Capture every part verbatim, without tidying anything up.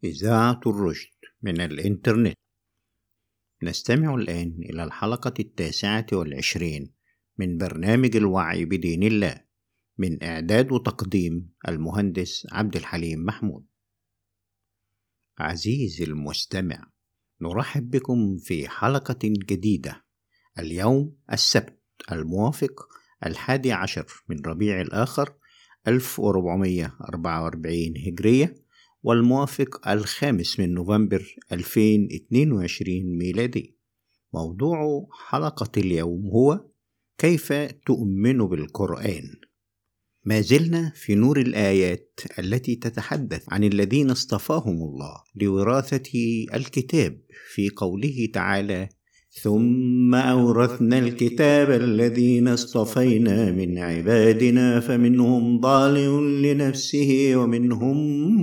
إذاعة الرشد من الإنترنت. نستمع الآن إلى الحلقة التاسعة والعشرين من برنامج الوعي بدين الله، من إعداد وتقديم المهندس عبد الحليم محمود. عزيزي المستمع، نرحب بكم في حلقة جديدة. اليوم السبت الموافق الحادي عشر من ربيع الآخر ألف وأربعمائة وأربعة وأربعين هجرية، والموافق الخامس من نوفمبر ألفين واثنين وعشرين ميلادي. موضوع حلقة اليوم هو كيف تؤمن بالقرآن. ما زلنا في نور الآيات التي تتحدث عن الذين اصطفاهم الله لوراثة الكتاب في قوله تعالى: ثم أورثنا الكتاب الذين اصطفينا من عبادنا فمنهم ظالم لنفسه ومنهم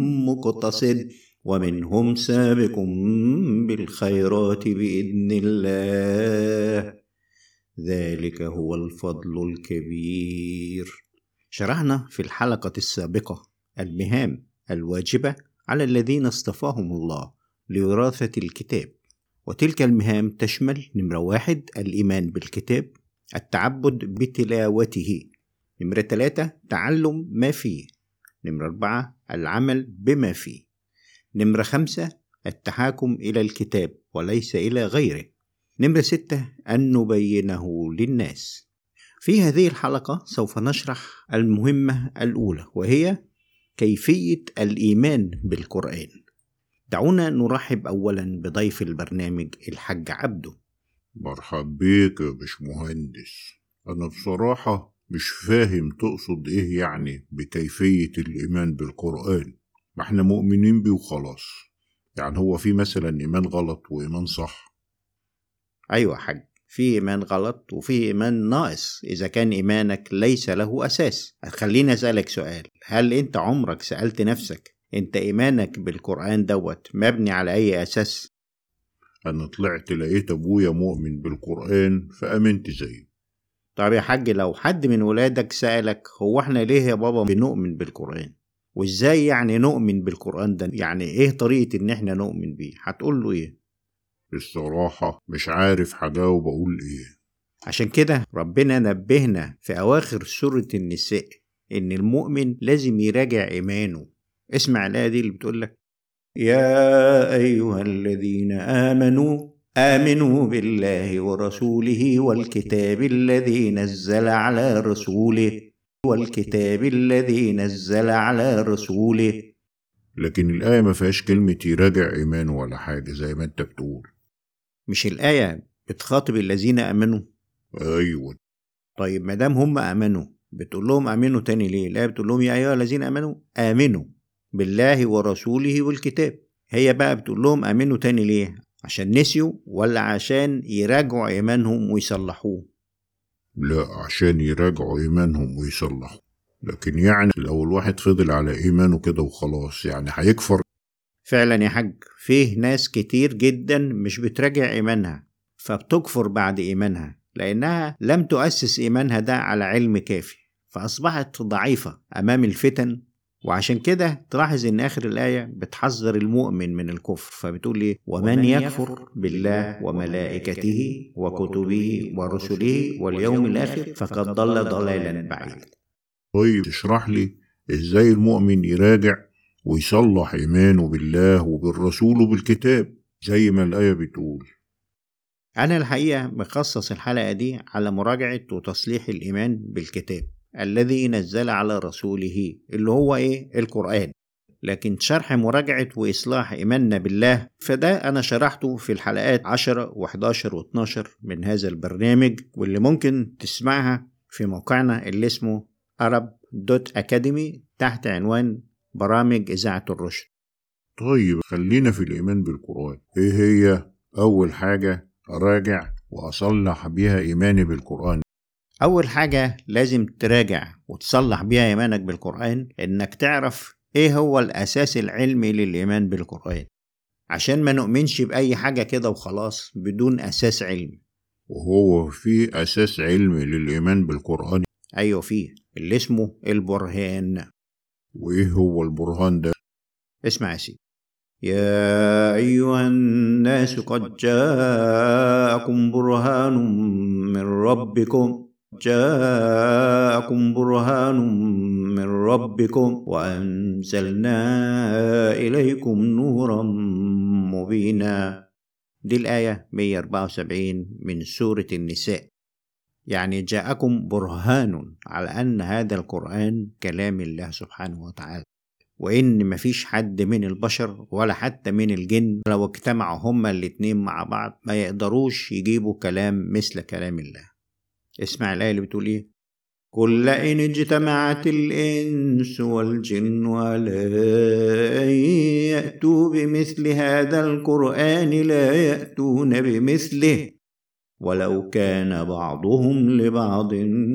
مقتصد ومنهم سابق بالخيرات بإذن الله، ذلك هو الفضل الكبير. شرحنا في الحلقة السابقة المهام الواجبة على الذين اصطفاهم الله لوراثة الكتاب، وتلك المهام تشمل: نمرة واحد الإيمان بالكتاب، التعبد بتلاوته، نمرة ثلاثة تعلم ما فيه، نمرة أربعة العمل بما فيه، نمرة خمسة التحاكم إلى الكتاب وليس إلى غيره، نمرة ستة أن نبينه للناس. في هذه الحلقة سوف نشرح المهمة الأولى، وهي كيفية الإيمان بالقرآن. دعونا نرحب أولا بضيف البرنامج الحاج عبده. مرحب بيك يا باشمهندس. أنا بصراحة مش فاهم تقصد إيه يعني بكيفية الإيمان بالقرآن. ما احنا مؤمنين بيه وخلاص، يعني هو في مثلا إيمان غلط وإيمان صح؟ أيوة حاج، في إيمان غلط وفي إيمان ناقص إذا كان إيمانك ليس له أساس. خليني أسألك سؤال: هل أنت عمرك سألت نفسك أنت إيمانك بالقرآن دوت مبني على أي أساس؟ أنا طلعت لقيت أبويا مؤمن بالقرآن فأمنت زيه. طب يا حاج، لو حد من ولادك سألك: هو احنا ليه يا بابا بنؤمن بالقرآن؟ وإزاي يعني نؤمن بالقرآن ده؟ يعني إيه طريقة إن احنا نؤمن بيه؟ هتقول له إيه؟ الصراحة مش عارف هجاوب أقول إيه. عشان كده ربنا نبهنا في أواخر سورة النساء إن المؤمن لازم يراجع إيمانه. اسمع الآية دي اللي بتقول لك: يا أيها الذين آمنوا آمنوا بالله ورسوله والكتاب الذي نزل على رسوله والكتاب الذي نزل على رسوله. لكن الآية ما فيهاش كلمة يراجع إيمانه ولا حاجة زي ما أنت بتقول. مش الآية بتخاطب الذين آمنوا؟ أيوة. طيب ما دام هم آمنوا بتقول لهم آمنوا تاني ليه؟ الآية بتقول لهم يا أيها الذين آمنوا آمنوا بالله ورسوله والكتاب. هي بقى بتقول لهم آمنوا تاني ليه؟ عشان نسيوا ولا عشان يراجعوا إيمانهم ويصلحوه؟ لا، عشان يراجعوا إيمانهم ويصلحوا. لكن يعني لو الواحد فضل على إيمانه كده وخلاص يعني هيكفر. فعلا يا حاج، فيه ناس كتير جدا مش بتراجع إيمانها فبتكفر بعد إيمانها، لأنها لم تؤسس إيمانها ده على علم كافي، فأصبحت ضعيفة أمام الفتن. وعشان كده تلاحظ إن آخر الآية بتحذر المؤمن من الكفر، فبتقول لي: ومن يكفر بالله وملائكته وكتبه ورسله واليوم الآخر فقد ضل ضلالا بعيدا. طيب تشرح لي إزاي المؤمن يراجع ويصلح إيمانه بالله وبالرسول وبالكتاب زي ما الآية بتقول؟ أنا الحقيقة مخصص الحلقة دي على مراجعة وتصليح الإيمان بالكتاب الذي نزل على رسوله، اللي هو إيه؟ القرآن. لكن شرح مراجعة وإصلاح إيماننا بالله فده أنا شرحته في الحلقات عشرة وحداشر واتناشر من هذا البرنامج، واللي ممكن تسمعها في موقعنا اللي اسمه أرب دوت أكاديمي تحت عنوان برامج إذاعة الرشد. طيب خلينا في الإيمان بالقرآن. إيه هي أول حاجة أراجع وأصلح بيها إيماني بالقرآن؟ أول حاجة لازم تراجع وتصلح بيها إيمانك بالقرآن إنك تعرف إيه هو الأساس العلمي للإيمان بالقرآن، عشان ما نؤمنش بأي حاجة كده وخلاص بدون أساس علمي. وهو في أساس علمي للإيمان بالقرآن؟ أيوة فيه، اللي اسمه البرهان. وإيه هو البرهان ده؟ اسمع يا سيدي، يا أيها الناس قد جاءكم برهان من ربكم جاءكم برهان من ربكم وأنزلنا إليكم نورا مبينا. دي الآية مية وأربعة وسبعين من سورة النساء. يعني جاءكم برهان على أن هذا القرآن كلام الله سبحانه وتعالى، وإن مفيش حد من البشر ولا حتى من الجن لو اجتمعوا هما الاتنين مع بعض ما يقدروش يجيبوا كلام مثل كلام الله. اسمع الآية اللي بتقول إيه؟ قل إن اجتمعت الإنس والجن على أن يأتوا بمثل هذا القرآن لا يأتون بمثله ولو كان بعضهم لبعض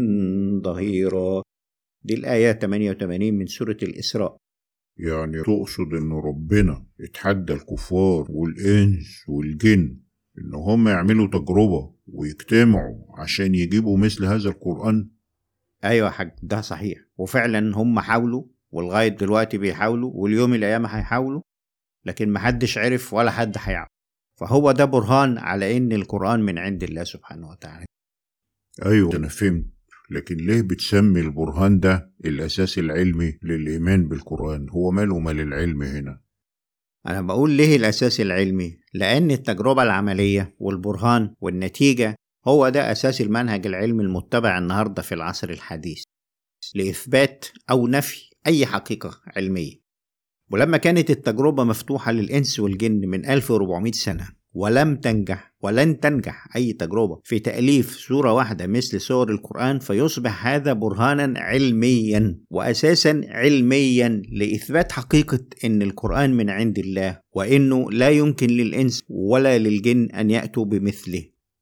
ظهيرا. دي الآية ثمانية وثمانين من سورة الإسراء. يعني تقصد إن ربنا اتحدى الكفار والإنس والجن إن هم يعملوا تجربة ويجتمعوا عشان يجيبوا مثل هذا القرآن؟ أيوة حاج، ده صحيح، وفعلا هم حاولوا ولغاية دلوقتي بيحاولوا، واليوم الأيام هيحاولوا، لكن محدش عرف ولا حد هيعرف. فهو ده برهان على إن القرآن من عند الله سبحانه وتعالى. أيوة أنا فهمت، لكن ليه بتسمي البرهان ده الأساس العلمي للإيمان بالقرآن؟ هو ماله مال العلم هنا؟ أنا بقول ليه الأساس العلمي، لأن التجربة العملية والبرهان والنتيجة هو ده أساس المنهج العلمي المتبع النهاردة في العصر الحديث لإثبات أو نفي أي حقيقة علمية. ولما كانت التجربة مفتوحة للإنس والجن من ألف وأربعمائة سنة ولم تنجح ولن تنجح أي تجربة في تأليف سورة واحدة مثل سور القرآن، فيصبح هذا برهانا علميا وأساسا علميا لإثبات حقيقة أن القرآن من عند الله، وأنه لا يمكن للإنس ولا للجن أن يأتوا بمثله.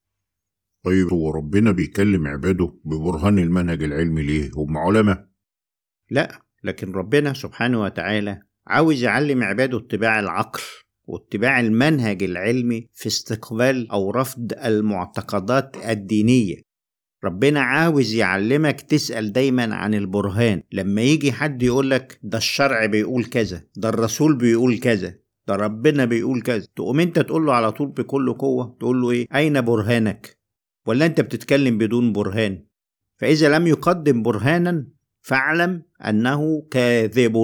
طيب هو ربنا بيكلم عباده ببرهان المنهج العلمي ليه؟ هم علماء؟ لا، لكن ربنا سبحانه وتعالى عاوز يعلم عباده اتباع العقل واتباع المنهج العلمي في استقبال أو رفض المعتقدات الدينية. ربنا عاوز يعلمك تسأل دايما عن البرهان. لما يجي حد يقولك ده الشرع بيقول كذا، ده الرسول بيقول كذا، ده ربنا بيقول كذا، تقوم انت تقول له على طول بكل قوة، تقول له ايه؟ أين برهانك؟ ولا انت بتتكلم بدون برهان؟ فإذا لم يقدم برهانا فاعلم أنه كاذب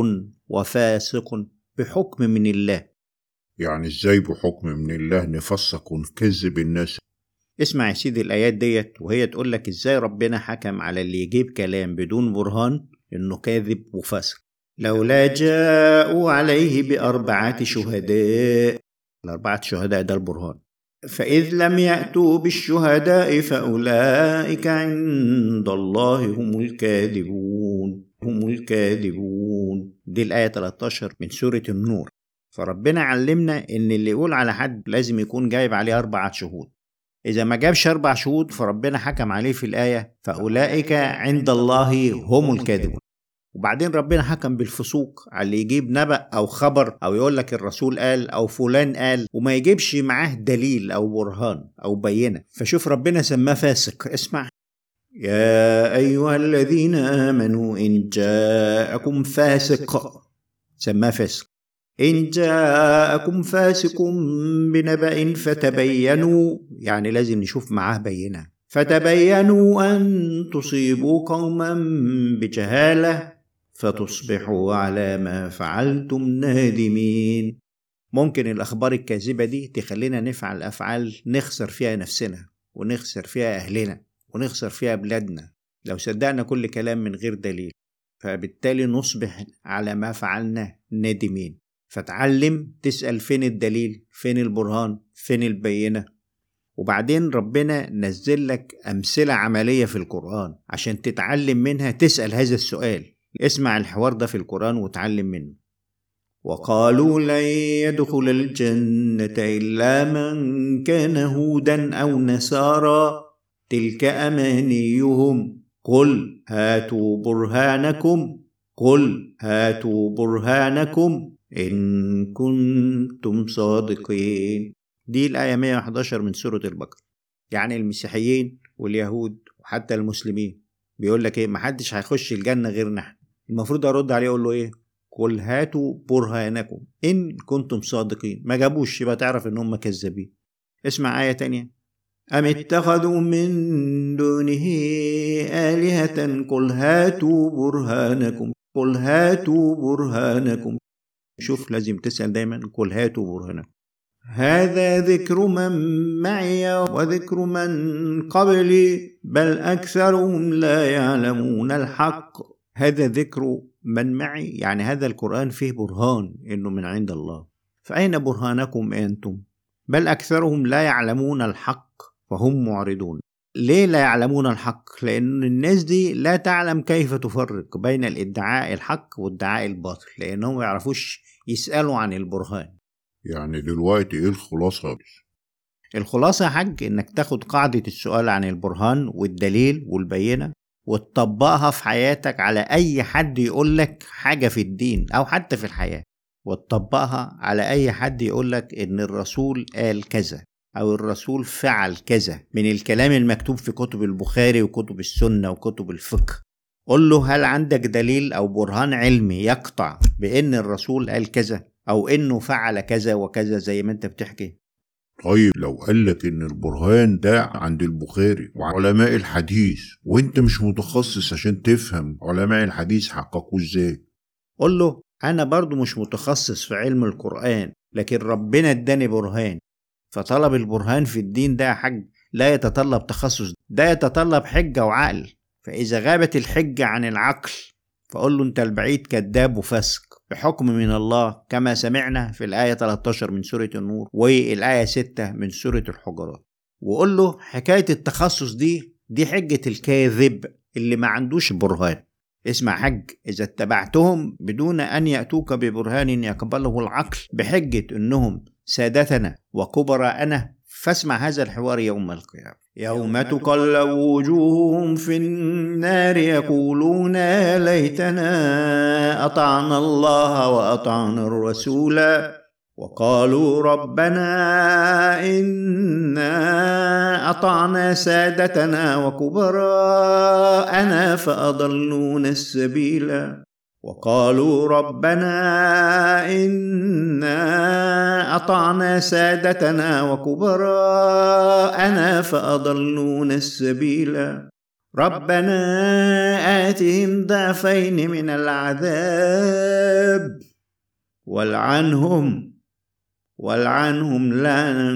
وفاسق بحكم من الله. يعني ازاي بحكم من الله نفسق ونكذب الناس؟ اسمع يا سيدي الآيات ديت وهي تقول لك ازاي ربنا حكم على اللي يجيب كلام بدون برهان انه كاذب وفاسق. لولا جاءوا عليه بأربعة شهداء. الأربعة شهداء ده البرهان. فإذ لم يأتوا بالشهداء فأولئك عند الله هم الكاذبون هم الكاذبون. دي الآية ثلاثة عشر من سورة النور. فربنا علمنا ان اللي يقول على حد لازم يكون جايب عليه أربعة شهود. إذا ما جابش أربع شهود فربنا حكم عليه في الآية فأولئك عند الله هم الكاذبون. وبعدين ربنا حكم بالفسوق على اللي يجيب نبأ أو خبر أو يقول لك الرسول قال أو فلان قال وما يجيبش معاه دليل أو برهان أو بينة، فشوف ربنا سماه فاسق. اسمع: يا أيها الذين آمنوا إن جاءكم فاسق، سماه فاسق. إن جاءكم فاسق بنبأ فتبينوا، يعني لازم نشوف معاه بينة. فتبينوا أن تصيبوا قوما بجهالة فتصبحوا على ما فعلتم نادمين. ممكن الأخبار الكاذبة دي تخلينا نفعل أفعال نخسر فيها نفسنا ونخسر فيها أهلنا ونخسر فيها بلادنا لو صدقنا كل كلام من غير دليل، فبالتالي نصبح على ما فعلنا نادمين. فتعلم تسأل فين الدليل، فين البرهان، فين البينة. وبعدين ربنا نزل لك أمثلة عملية في القرآن عشان تتعلم منها تسأل هذا السؤال. اسمع الحوار ده في القرآن وتعلم منه. وقالوا لن يدخل الجنة إلا من كان هودا أو نصارى تلك أمانيهم قل هاتوا برهانكم قل هاتوا برهانكم إن كنتم صادقين. دي الآية مية وأحد عشر من سورة البقرة. يعني المسيحيين واليهود وحتى المسلمين بيقول لك إيه؟ محدش هيخش الجنة غير نحن. المفروض أرد عليه أقول له إيه؟ قل هاتوا برهانكم إن كنتم صادقين. ما جابوش، يبقى تعرف إن هم كذابين. اسمع آية تانية: أم اتخذوا من دونه آلهة قل هاتوا برهانكم قل هاتوا برهانكم. شوف، لازم تسأل دايما قل هاتوا برهانكم. هذا ذكر من معي وذكر من قبلي بل أكثرهم لا يعلمون الحق. هذا ذكر من معي، يعني هذا القرآن فيه برهان إنه من عند الله. فأين برهانكم أنتم؟ بل أكثرهم لا يعلمون الحق فهم معرضون. ليه لا يعلمون الحق؟ لأن الناس دي لا تعلم كيف تفرق بين الادعاء الحق والادعاء الباطل، لأنهم ما يعرفوش يسألوا عن البرهان. يعني دلوقتي ايه الخلاصة؟ الخلاصة يا حاج إنك تاخد قاعدة السؤال عن البرهان والدليل والبينة وتطبقها في حياتك على أي حد يقولك حاجة في الدين أو حتى في الحياة، وتطبقها على أي حد يقولك إن الرسول قال كذا أو الرسول فعل كذا من الكلام المكتوب في كتب البخاري وكتب السنة وكتب الفقه. قل له: هل عندك دليل أو برهان علمي يقطع بإن الرسول قال كذا أو إنه فعل كذا وكذا زي ما أنت بتحكي؟ طيب لو قالك إن البرهان ده عند البخاري وعلماء الحديث وإنت مش متخصص عشان تفهم علماء الحديث حققوا إزاي؟ قل له: أنا برضو مش متخصص في علم القرآن، لكن ربنا اداني برهان. فطلب البرهان في الدين ده يا حاج لا يتطلب تخصص، ده يتطلب حجة وعقل. فإذا غابت الحجة عن العقل فقل له: أنت البعيد كذاب وفاسق بحكم من الله، كما سمعنا في الآية ثلاثة عشر من سورة النور والآية ستة من سورة الحجرات. وقل له: حكاية التخصص دي دي حجة الكاذب اللي ما عندوش برهان. اسمع حج، إذا اتبعتهم بدون أن يأتوك ببرهان يقبله العقل بحجة أنهم سادتنا وكبراءنا، فاسمع هذا الحوار يوم القيامة: يوم تقلب وجوههم في النار يقولون يا ليتنا أطعنا الله وأطعنا الرسول وقالوا ربنا إنا أطعنا سادتنا وكبراءنا فأضلونا السبيل وقالوا ربنا إنا أطعنا سادتنا وكبراءنا فأضلونا السبيل ربنا آتهم ضعفين من العذاب والعنهم والعنهم لعنا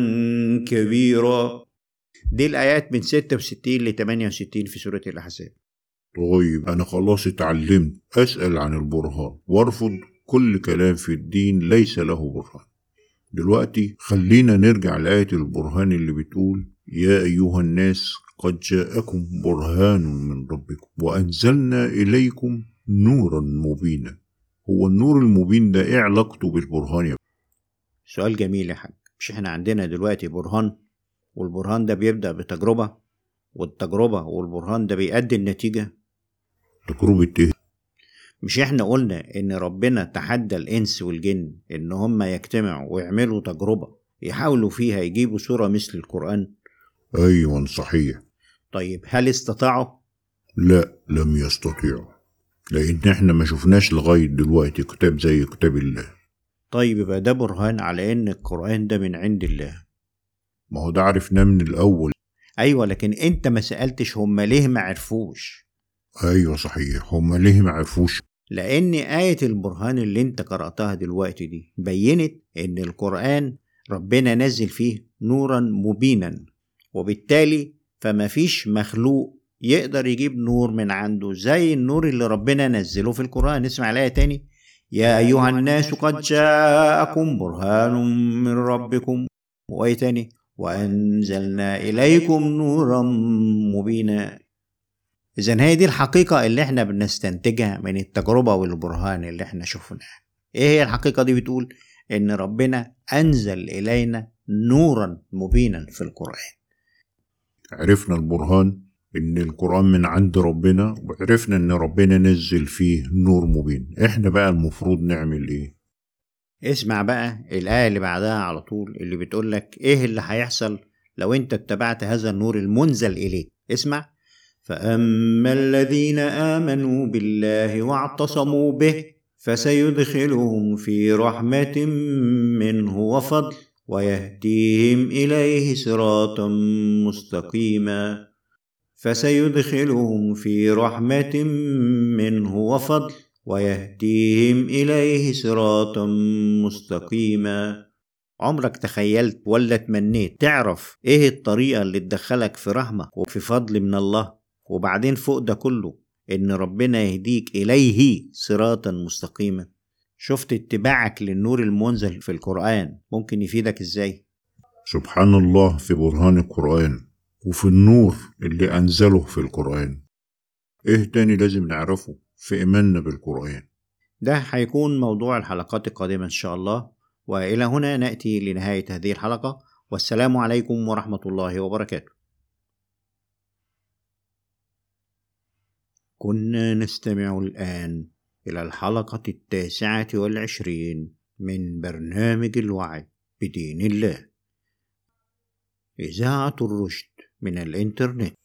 كبيرا. دي الآيات من ستة وستين ل ثمانية وستين في سورة الأحزاب. طيب أنا خلاص اتعلمت أسأل عن البرهان وارفض كل كلام في الدين ليس له برهان. دلوقتي خلينا نرجع لآية البرهان اللي بتقول: يا أيها الناس قد جاءكم برهان من ربكم وأنزلنا إليكم نورا مبينا. هو النور المبين ده إيه علاقته بالبرهان يا؟ سؤال جميل يا حاج. مش احنا عندنا دلوقتي برهان، والبرهان ده بيبدأ بتجربة، والتجربة والبرهان ده بيؤدي النتيجة. تجربة ايه؟ مش احنا قلنا ان ربنا تحدى الانس والجن ان هم يجتمعوا ويعملوا تجربة يحاولوا فيها يجيبوا صورة مثل القرآن؟ ايوه صحيح. طيب هل استطاعوا؟ لا، لم يستطيعوا، لان احنا ما شفناش لغاية دلوقتي كتاب زي كتاب الله. طيب يبقى ده برهان على ان القرآن ده من عند الله. ما هو ده عرفناه من الاول. ايوه، لكن انت ما سألتش هم ليه ما عرفوش. ايوه صحيح، هم ليه ما عرفوش؟ لأن آية البرهان اللي انت قرأتها دلوقتي دي بينت ان القرآن ربنا نزل فيه نورا مبينا، وبالتالي فما فيش مخلوق يقدر يجيب نور من عنده زي النور اللي ربنا نزله في القرآن. اسمع الآية تاني: يا أيها الناس قد جاءكم برهان من ربكم، وآية تاني: وأنزلنا إليكم نورا مبينا. إذن هي دي الحقيقة اللي احنا بنستنتجها من التجربة والبرهان اللي احنا شفناها. ايه هي الحقيقة دي؟ بتقول ان ربنا أنزل إلينا نورا مبينا في القرآن. عرفنا البرهان ان القرآن من عند ربنا، وعرفنا ان ربنا نزل فيه نور مبين. احنا بقى المفروض نعمل ايه؟ اسمع بقى الآية اللي بعدها على طول اللي بتقولك ايه اللي هيحصل لو انت اتبعت هذا النور المنزل إليك. اسمع: فأما الذين آمنوا بالله واعتصموا به فسيدخلهم في رحمة منه وفضل ويهديهم إليه صراطا مستقيما فسيدخلهم في رحمة منه وفضل ويهديهم إليه صراطا مستقيما. عمرك تخيلت ولا تمنيت تعرف ايه الطريقة اللي تدخلك في رحمة وفي فضل من الله، وبعدين فوق ده كله ان ربنا يهديك اليه صراطا مستقيما؟ شفت اتباعك للنور المنزل في القرآن ممكن يفيدك ازاي؟ سبحان الله في برهان القرآن وفي النور اللي أنزله في القرآن. إيه تاني لازم نعرفه في إيماننا بالقرآن؟ ده هيكون موضوع الحلقات القادمة إن شاء الله. وإلى هنا نأتي لنهاية هذه الحلقة، والسلام عليكم ورحمة الله وبركاته. كنا نستمع الآن إلى الحلقة التاسعة والعشرين من برنامج الوعي بدين الله، إذاعة الرشد من الإنترنت.